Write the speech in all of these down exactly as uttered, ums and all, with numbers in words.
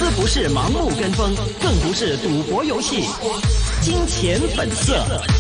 资不是盲目跟风，更不是赌博游戏。金钱本色。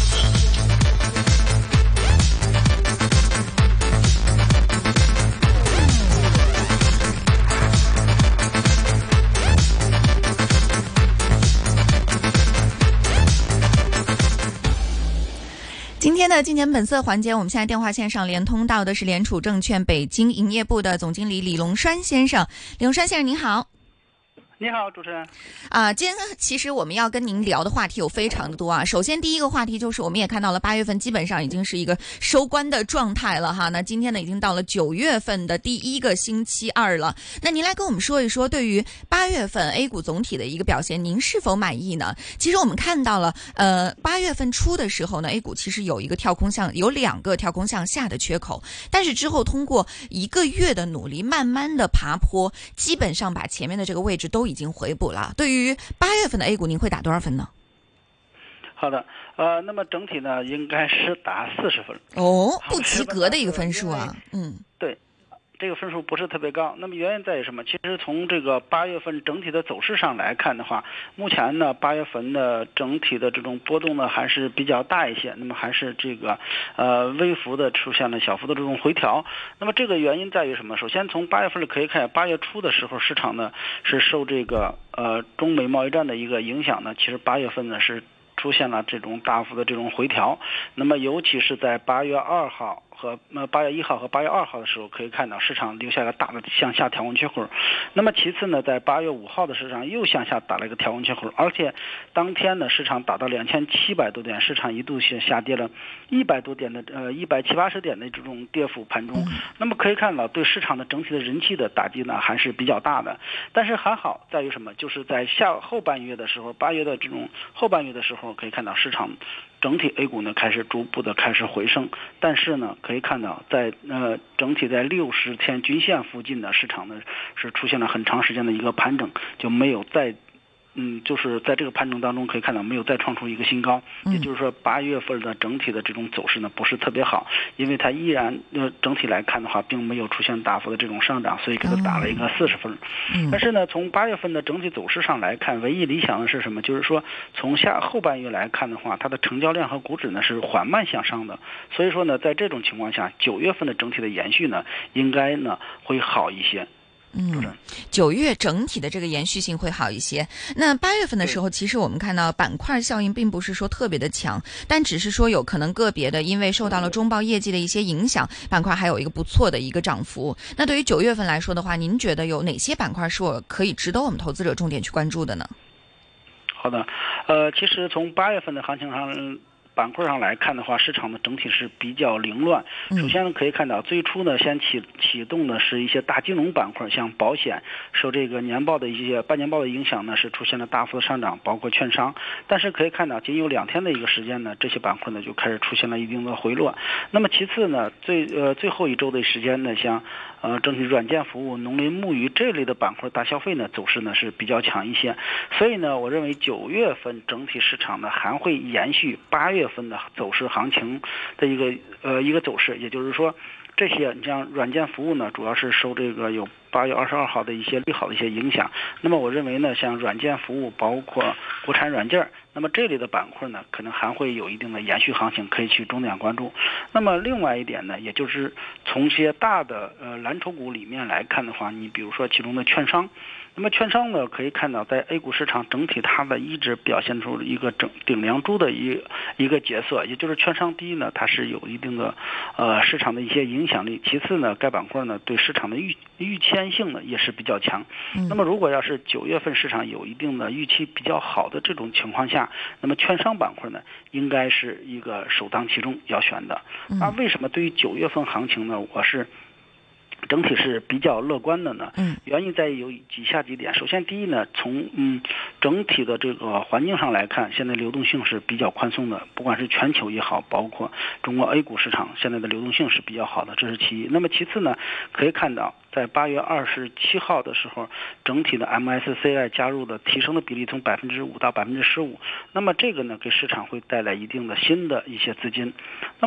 今天的金钱本色环节，我们现在电话线上连通到的是联储证券北京营业部的总经理李龙栓先生。李龙栓先生您好。 你好，主持人。 啊、呃，今天其实我们要跟您聊的话题有非常的多啊。首先第一个话题就是我们也看到了八月份基本上已经是一个收官的状态了哈。那今天呢已经到了九月份的第一个星期二了。那您来跟我们说一说，对于八月份 A 股总体的一个表现，您是否满意呢？其实我们看到了，呃，八月份初的时候呢 ，A 股其实有一个跳空向，有两个跳空向下的缺口，但是之后通过一个月的努力，慢慢的爬坡，基本上把前面的这个位置都已经回补了。对于八月份的 A 股，您会打多少分呢？ 好的，呃，那么整体呢，应该是打四十分。 哦，不及格的一个分数啊。嗯， 对。这个分数不是特别高，那么原因在于什么？其实从这个八月份整体的走势上来看的话，目前呢八月份的整体的这种波动呢还是比较大一些，那么还是这个呃微幅的出现了小幅的这种回调。那么这个原因在于什么？首先从八月份可以看，八月初的时候市场呢是受这个呃中美贸易战的一个影响呢，其实八月份呢是出现了这种大幅的这种回调。那么尤其是在八月二号和呃八月一号和八月二号的时候，可以看到市场留下个大的向下调控缺口。那么其次呢，在八月五号的市场又向下打了一个调控缺口，而且当天呢市场打到两千七百多点，市场一度是下跌了一百多点的呃一百七八十点的这种跌幅盘中。那么可以看到对市场的整体的人气的打击呢还是比较大的。但是还好在于什么？就是在下后半月的时候，八月的这种后半月的时候，可以看到市场整体 A 股呢开始逐步的开始回升，但是呢可以看到在呃整体在六十天均线附近的市场呢是出现了很长时间的一个盘整，就没有再嗯，就是在这个盘整当中可以看到没有再创出一个新高，也就是说八月份的整体的这种走势呢不是特别好，因为它依然呃整体来看的话并没有出现大幅的这种上涨，所以给它打了一个四十分。但是呢从八月份的整体走势上来看，唯一理想的是什么？就是说从下后半月来看的话，它的成交量和股指呢是缓慢向上的，所以说呢在这种情况下，九月份的整体的延续呢应该呢会好一些。 嗯，九月整体的这个延续性会好一些。那八月份的时候，其实我们看到板块效应并不是说特别的强，但只是说有可能个别的因为受到了中报业绩的一些影响，板块还有一个不错的一个涨幅。那对于九月份来说的话，您觉得有哪些板块是我可以值得我们投资者重点去关注的呢？ 好的，呃，其实从八月份的行情上板块上来看的话，市场的整体是比较凌乱。首先呢，可以看到最初呢，先启启动的是一些大金融板块，像保险，受这个年报的一些半年报的影响呢，是出现了大幅的上涨，包括券商。但是可以看到，仅有两天的一个时间呢，这些板块呢就开始出现了一定的回落。那么其次呢，最呃最后一周的时间呢，像呃整体软件服务、农林牧渔这类的板块大消费呢走势呢是比较强一些。所以呢，我认为九月份整体市场呢还会延续八月份的走势行情的一个呃一个走势，也就是说，这些你像软件服务呢，主要是受这个有八月二十二号的一些利好的一些影响。那么我认为呢，像软件服务，包括国产软件，那么这类的板块呢，可能还会有一定的延续行情，可以去重点关注。那么另外一点呢，也就是从这些大的呃蓝筹股里面来看的话，你比如说其中的券商。那么券商呢，可以看到在 A 股市场整体它的一直表现出一个整顶梁柱的一一个角色，也就是券商第一呢，它是有一定的呃市场的一些影响力，其次呢，该板块呢对市场的预预签性呢也是比较强。那么如果要是九月份市场有一定的预期比较好的这种情况下，那么券商板块呢应该是一个首当其冲要选的。那为什么对于九月份行情呢，我是整体是比较乐观的呢？嗯，原因在于有以下几点。首先，第一呢，从嗯整体的这个环境上来看，现在流动性是比较宽松的，不管是全球也好，包括中国 A 股市场，现在的流动性是比较好的，这是其一。那么其次呢，可以看到在八月二十七号的时候，整体的 M S C I 加入的提升的比例从百分之五到百分之十五，那么这个呢给市场会带来一定的新的一些资金。那么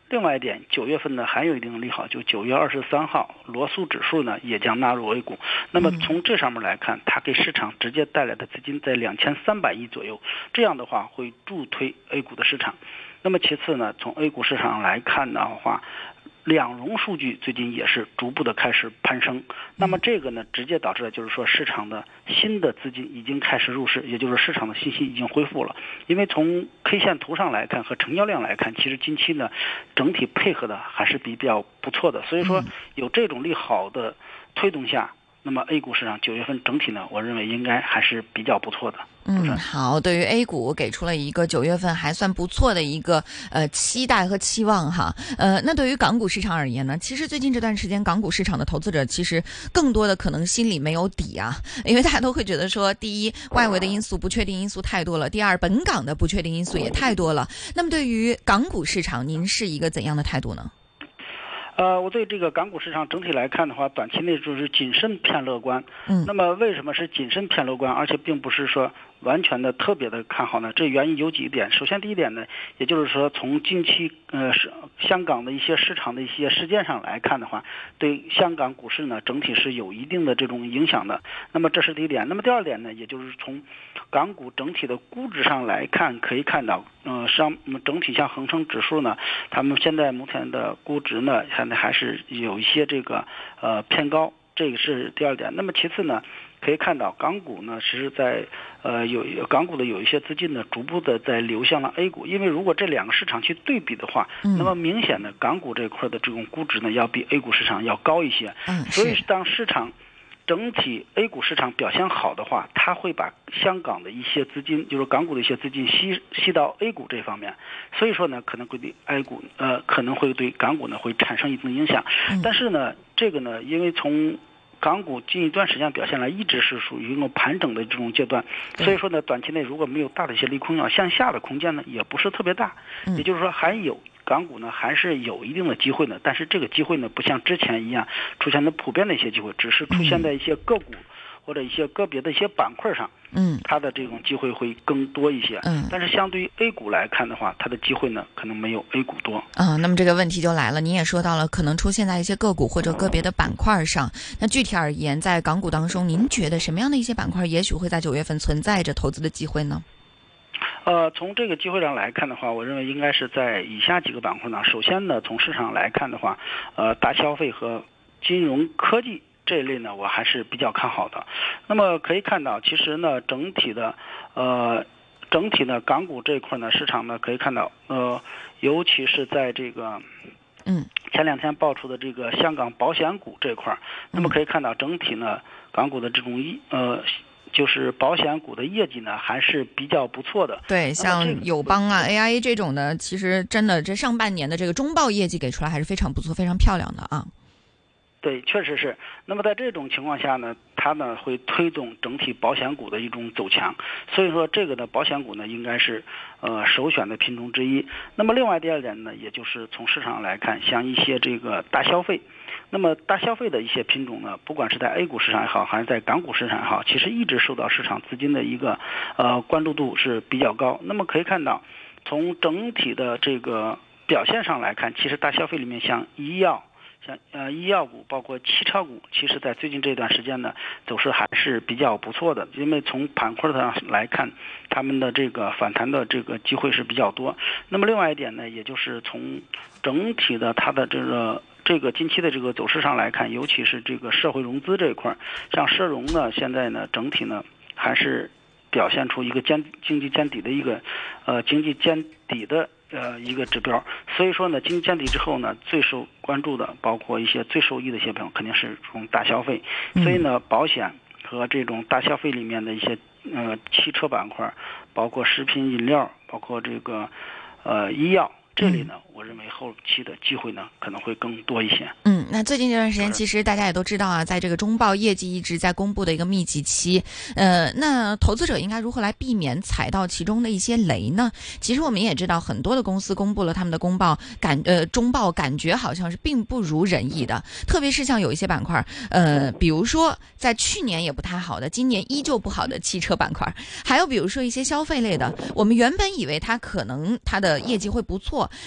另外一点，九月份呢还有一定的利好，就九月二十三号，罗素指数呢也将纳入 A 股。那么从这上面来看，它给市场直接带来的资金在两千三百亿左右，这样的话会助推 A 股的市场。那么其次呢，从 A 股市场来看的话，两融数据最近也是逐步的开始攀升，那么这个呢，直接导致了就是说市场的新的资金已经开始入市，也就是市场的信心已经恢复了。因为从 K 线图上来看和成交量来看，其实近期呢整体配合的还是比较不错的，所以说有这种利好的推动下，那么 A 股市场九月份整体呢，我认为应该还是比较不错的。 嗯，好，对于 A 股给出了一个九月份还算不错的一个呃期待和期望哈。呃，那对于港股市场而言呢，其实最近这段时间港股市场的投资者其实更多的可能心里没有底啊，因为大家都会觉得说，第一，外围的因素不确定因素太多了；第二，本港的不确定因素也太多了。那么对于港股市场，您是一个怎样的态度呢？ 呃，我对这个港股市场整体来看的话，短期内就是谨慎偏乐观。嗯，那么为什么是谨慎偏乐观，而且并不是说完全的特别的看好呢？这原因有几点。首先，第一点呢，也就是说从近期呃是香港的一些市场的一些事件上来看的话，对香港股市呢整体是有一定的这种影响的。那么这是第一点。那么第二点呢，也就是从港股整体的估值上来看，可以看到，呃，上整体像恒生指数呢，他们现在目前的估值呢，现在还是有一些这个呃偏高，这个是第二点。那么其次呢，可以看到港股呢，其实在呃有港股的有一些资金呢，逐步的在流向了 A 股，因为如果这两个市场去对比的话，嗯、那么明显的港股这块的这种估值呢，要比 A 股市场要高一些。嗯，所以当市场整体 A 股市场表现好的话，它会把香港的一些资金，就是港股的一些资金吸吸到 A 股这方面，所以说呢，可能会对 A 股呃可能会对港股呢会产生一定影响。但是呢，这个呢，因为从港股近一段时间表现来一直是属于一种盘整的这种阶段，所以说呢，短期内如果没有大的一些利空要向下的空间呢，也不是特别大，也就是说还有。港股呢还是有一定的机会的，但是这个机会呢不像之前一样出现的普遍的一些机会，只是出现在一些个股或者一些个别的一些板块上，嗯，它的这种机会会更多一些，嗯，但是相对于 A 股来看的话，它的机会呢可能没有 A 股多。 啊、嗯，那么这个问题就来了，您也说到了，可能出现在一些个股或者个别的板块上。那具体而言，在港股当中，您觉得什么样的一些板块也许会在九月份存在着投资的机会呢？ 呃，从这个机会上来看的话，我认为应该是在以下几个板块呢。首先呢，从市场来看的话，呃，大消费和金融科技这一类呢，我还是比较看好的。那么可以看到，其实呢，整体的呃，整体呢，港股这一块呢，市场呢可以看到，呃，尤其是在这个嗯前两天爆出的这个香港保险股这一块，那么可以看到整体呢，港股的这种一呃。就是保险股的业绩呢，还是比较不错的。 对，像友邦啊、A I A 这种的，其实真的这上半年的这个中报业绩给出来还是非常不错、非常漂亮的啊。 对，确实是。那么在这种情况下呢，它呢会推动整体保险股的一种走强，所以说这个呢保险股呢应该是呃首选的品种之一。那么另外第二点呢，也就是从市场来看，像一些这个大消费。那么大消费的一些品种呢，不管是在 A 股市场也好，还是在港股市场也好，其实一直受到市场资金的一个呃关注度是比较高。那么可以看到，从整体的这个表现上来看，其实大消费里面像医药、像呃医药股，包括汽车股，其实在最近这段时间呢，走势还是比较不错的。因为从板块上来看，他们的这个反弹的这个机会是比较多。那么另外一点呢，也就是从整体的它的这个。这个近期的这个走势上来看，尤其是这个社会融资这一块，像社融呢，现在呢整体呢还是表现出一个见经济见底的一个呃经济见底的呃一个指标。所以说呢，经济见底之后呢，最受关注的包括一些最受益的一些品种，肯定是从大消费。所以呢，保险和这种大消费里面的一些呃汽车板块，包括食品饮料，包括这个呃医药。这里呢，我认为后期的机会呢可能会更多一些。 嗯，那最近这段时间，其实大家也都知道啊，在这个中报业绩一直在公布的一个密集期，呃，那投资者应该如何来避免踩到其中的一些雷呢？其实我们也知道，很多的公司公布了他们的公报感，呃，中报感觉好像是并不如人意的，特别是像有一些板块，呃，比如说在去年也不太好的，今年依旧不好的汽车板块，还有比如说一些消费类的，我们原本以为它可能它的业绩会不错。但是公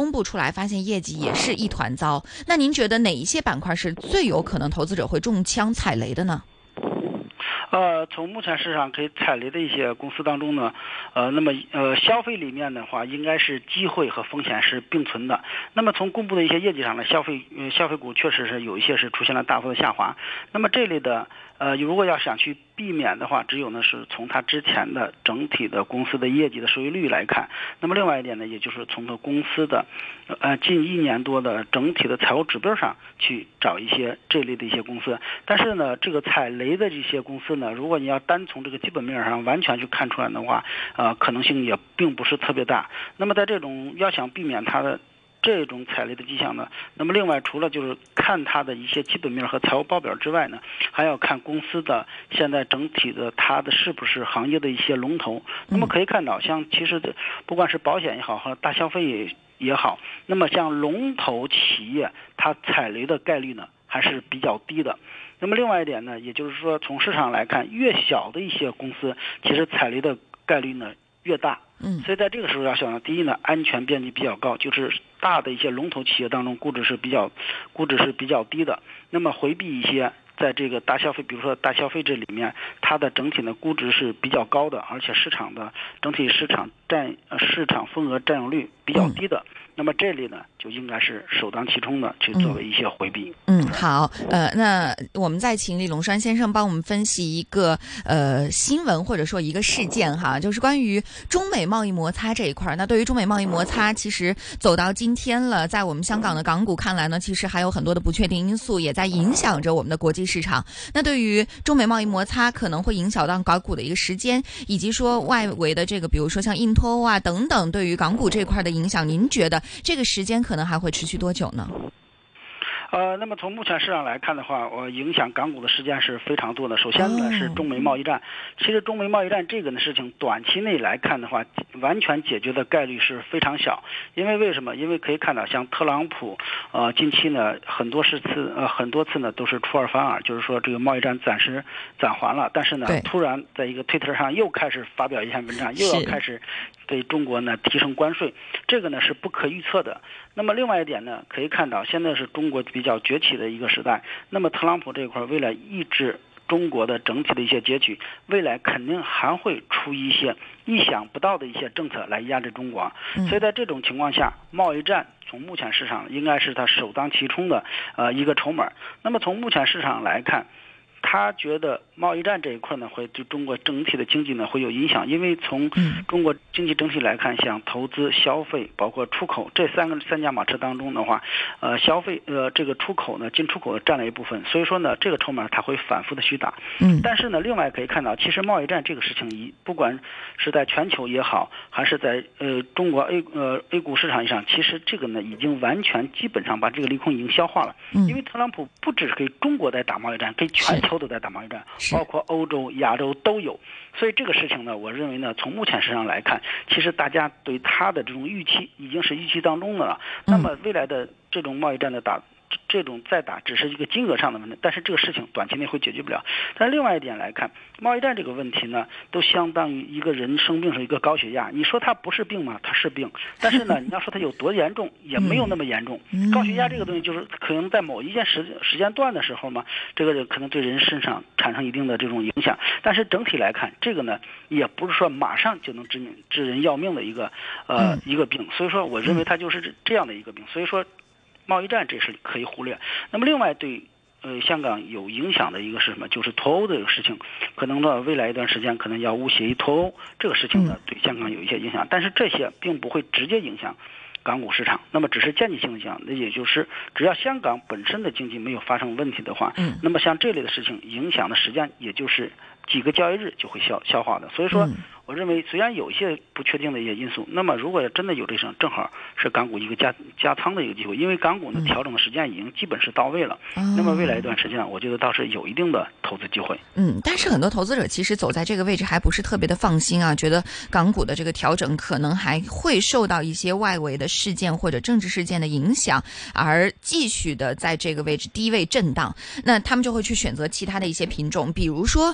公布出来，发现业绩也是一团糟。那您觉得哪一些板块是最有可能投资者会中枪踩雷的呢？ 呃，从目前市场可以踩雷的一些公司当中呢，呃，那么呃，消费里面的话，应该是机会和风险是并存的。那么从公布的一些业绩上呢，消费呃消费股确实是有一些是出现了大幅的下滑。那么这类的呃，如果要想去避免的话，只有呢是从它之前的整体的公司的业绩的收益率来看。那么另外一点呢，也就是从它公司的呃近一年多的整体的财务指标上去找一些这类的一些公司。但是呢，这个踩雷的这些公司呢，如果你要单从这个基本面上完全去看出来的话，呃，可能性也并不是特别大。那么在这种要想避免它的这种踩雷的迹象呢，那么另外除了就是看它的一些基本面和财务报表之外呢，还要看公司的现在整体的它的是不是行业的一些龙头。那么可以看到，像其实不管是保险也好和大消费也也好，那么像龙头企业它踩雷的概率呢还是比较低的。那么另外一点呢，也就是说从市场来看，越小的一些公司其实踩雷的概率呢越大。 嗯， 所以在这个时候要想，第一呢，安全边际比较高，就是大的一些龙头企业当中估值是比较估值是比较低的。那么回避一些在这个大消费，比如说大消费这里面，它的整体的估值是比较高的，而且市场的整体市场占市场份额占有率比较低的。嗯，那么这里呢，就应该是首当其冲的去作为一些回避。 嗯，好，呃，那我们再请李龙栓先生帮我们分析一个呃新闻或者说一个事件哈，就是关于中美贸易摩擦这一块。那对于中美贸易摩擦，其实走到今天了，在我们香港的港股看来呢，其实还有很多的不确定因素也在影响着我们的国际市场。那对于中美贸易摩擦可能会影响到港股的一个时间，以及说外围的这个，比如说像硬脱欧啊等等，对于港股这块的影响，您觉得这个时间可能还会持续多久呢？ 呃，那么从目前市场来看的话，我影响港股的时间是非常多的。首先呢是中美贸易战，其实中美贸易战这个的事情，短期内来看的话，完全解决的概率是非常小。因为为什么？因为可以看到，像特朗普，呃，近期呢很多次呃很多次呢都是出尔反尔，就是说这个贸易战暂时暂缓了，但是呢突然在一个推特上又开始发表一篇文章，又要开始对中国呢提升关税，这个呢是不可预测的。那么另外一点呢，可以看到现在是中国比较崛起的一个时代，那么特朗普这一块为了抑制中国的整体的一些拮据，未来肯定还会出一些意想不到的一些政策来压制中国。所以在这种情况下，贸易战从目前市场应该是它首当其冲的呃一个筹码。那么从目前市场来看，他觉得贸易战这一块呢，会对中国整体的经济呢会有影响，因为从中国经济整体来看，像投资、消费，包括出口这三个三驾马车当中的话，呃，消费呃这个出口呢，进出口占了一部分，所以说呢，这个筹码它会反复的去打。嗯，但是呢，另外可以看到，其实贸易战这个事情，一不管是在全球也好，还是在呃中国 A 呃 A 股市场上，其实这个呢已经完全基本上把这个利空已经消化了。嗯，因为特朗普不只是给中国在打贸易战，给全球都在打贸易战，包括欧洲、亚洲都有。所以这个事情呢，我认为呢，从目前市场来看，其实大家对它的这种预期已经是预期当中的了。那么未来的这种贸易战的打，这种再打只是一个金额上的问题，但是这个事情短期内会解决不了。但另外一点来看，贸易战这个问题呢，都相当于一个人生病是一个高血压，你说他不是病吗？他是病，但是呢，你要说他有多严重，也没有那么严重。高血压这个东西就是可能在某一件时时间段的时候嘛，这个可能对人身上产生一定的这种影响，但是整体来看，这个呢也不是说马上就能致命致人要命的一个呃一个病，所以说我认为它就是这样的一个病，所以说贸易战这是可以忽略。那么另外对呃香港有影响的一个是什么？就是脱欧的这个事情，可能到未来一段时间可能要无协议脱欧，这个事情呢对香港有一些影响，但是这些并不会直接影响港股市场，那么只是间接性的影响，那也就是只要香港本身的经济没有发生问题的话，嗯，那么像这类的事情影响的时间也就是几个交易日就会消消化的。所以说，嗯，我认为虽然有一些不确定的一些因素，那么如果真的有这种，正好是港股一个加加仓的一个机会，因为港股呢调整的时间已经基本是到位了，嗯，那么未来一段时间，我觉得倒是有一定的投资机会。 嗯，但是很多投资者其实走在这个位置还不是特别的放心啊，觉得港股的这个调整可能还会受到一些外围的事件或者政治事件的影响，而继续的在这个位置低位震荡，那他们就会去选择其他的一些品种，比如说呃。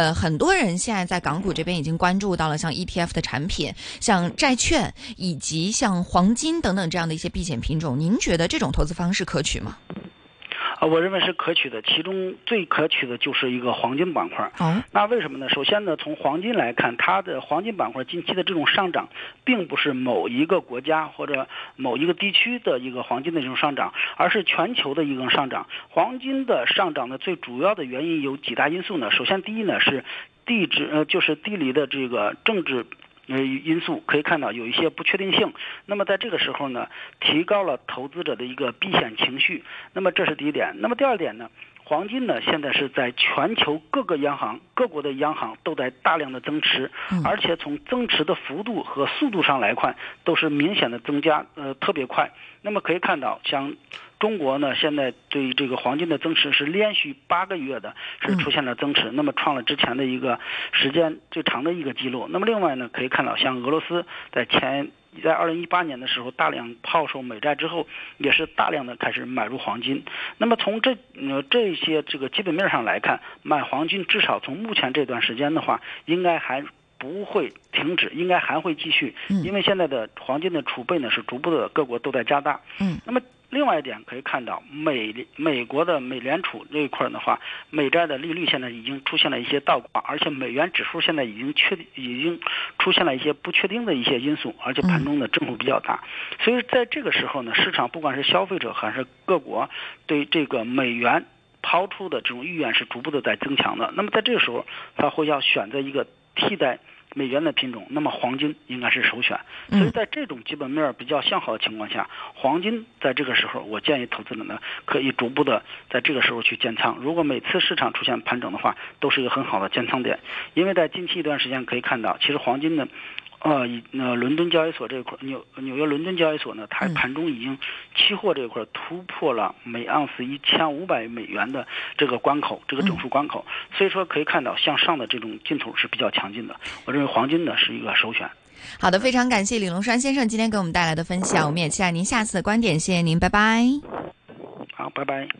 呃，很多人现在在港股这边已经关注到了像 E T F 的产品，像债券以及像黄金等等这样的一些避险品种，您觉得这种投资方式可取吗？ 啊，我认为是可取的，其中最可取的就是一个黄金板块。 哦， 那为什么呢？首先呢，从黄金来看，它的黄金板块近期的这种上涨，并不是某一个国家或者某一个地区的一个黄金的这种上涨，而是全球的一个上涨。黄金的上涨的最主要的原因有几大因素呢？首先，第一呢是地质呃，就是地理的这个政治。呃，因素可以看到有一些不确定性，那么在这个时候呢，提高了投资者的一个避险情绪。那么这是第一点。那么第二点呢，黄金呢现在是在全球各个央行、各国的央行都在大量的增持，而且从增持的幅度和速度上来看，都是明显的增加，呃，特别快。那么可以看到，像中国呢，现在对这个黄金的增持是连续八个月的是出现了增持，那么创了之前的一个时间最长的一个记录。那么另外呢，可以看到像俄罗斯在前在二零一八年的时候大量抛售美债之后，也是大量的开始买入黄金。那么从这呃这些这个基本面上来看，买黄金至少从目前这段时间的话，应该还不会停止，应该还会继续，因为现在的黄金的储备呢是逐步的各国都在加大。嗯，那么另外一点可以看到，美美国的美联储这一块的话，美债的利率现在已经出现了一些倒挂，而且美元指数现在已经确已经出现了一些不确定的一些因素，而且盘中的振幅比较大。所以在这个时候呢，市场不管是消费者还是各国对这个美元抛出的这种意愿是逐步的在增强的。那么在这个时候，他会要选择一个替代美元的品种，那么黄金应该是首选。所以在这种基本面比较向好的情况下，黄金在这个时候，我建议投资者呢可以逐步的在这个时候去建仓。如果每次市场出现盘整的话，都是一个很好的建仓点。因为在近期一段时间可以看到，其实黄金呢呃，呃，伦敦交易所这一块，纽纽约伦敦交易所呢，它盘中已经期货这一块突破了每盎司一千五百美元的这个关口，这个整数关口，所以说可以看到向上的这种劲头是比较强劲的。我认为黄金呢是一个首选。 好的，非常感谢李龙山先生今天给我们带来的分享，我们也期待您下次的观点，谢谢您，拜拜。 好，拜拜。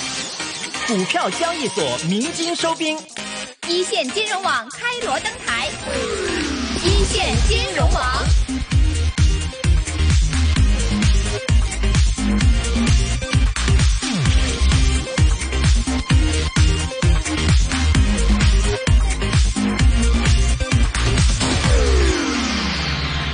股票交易所鸣金收兵， 一线金融网开锣登台。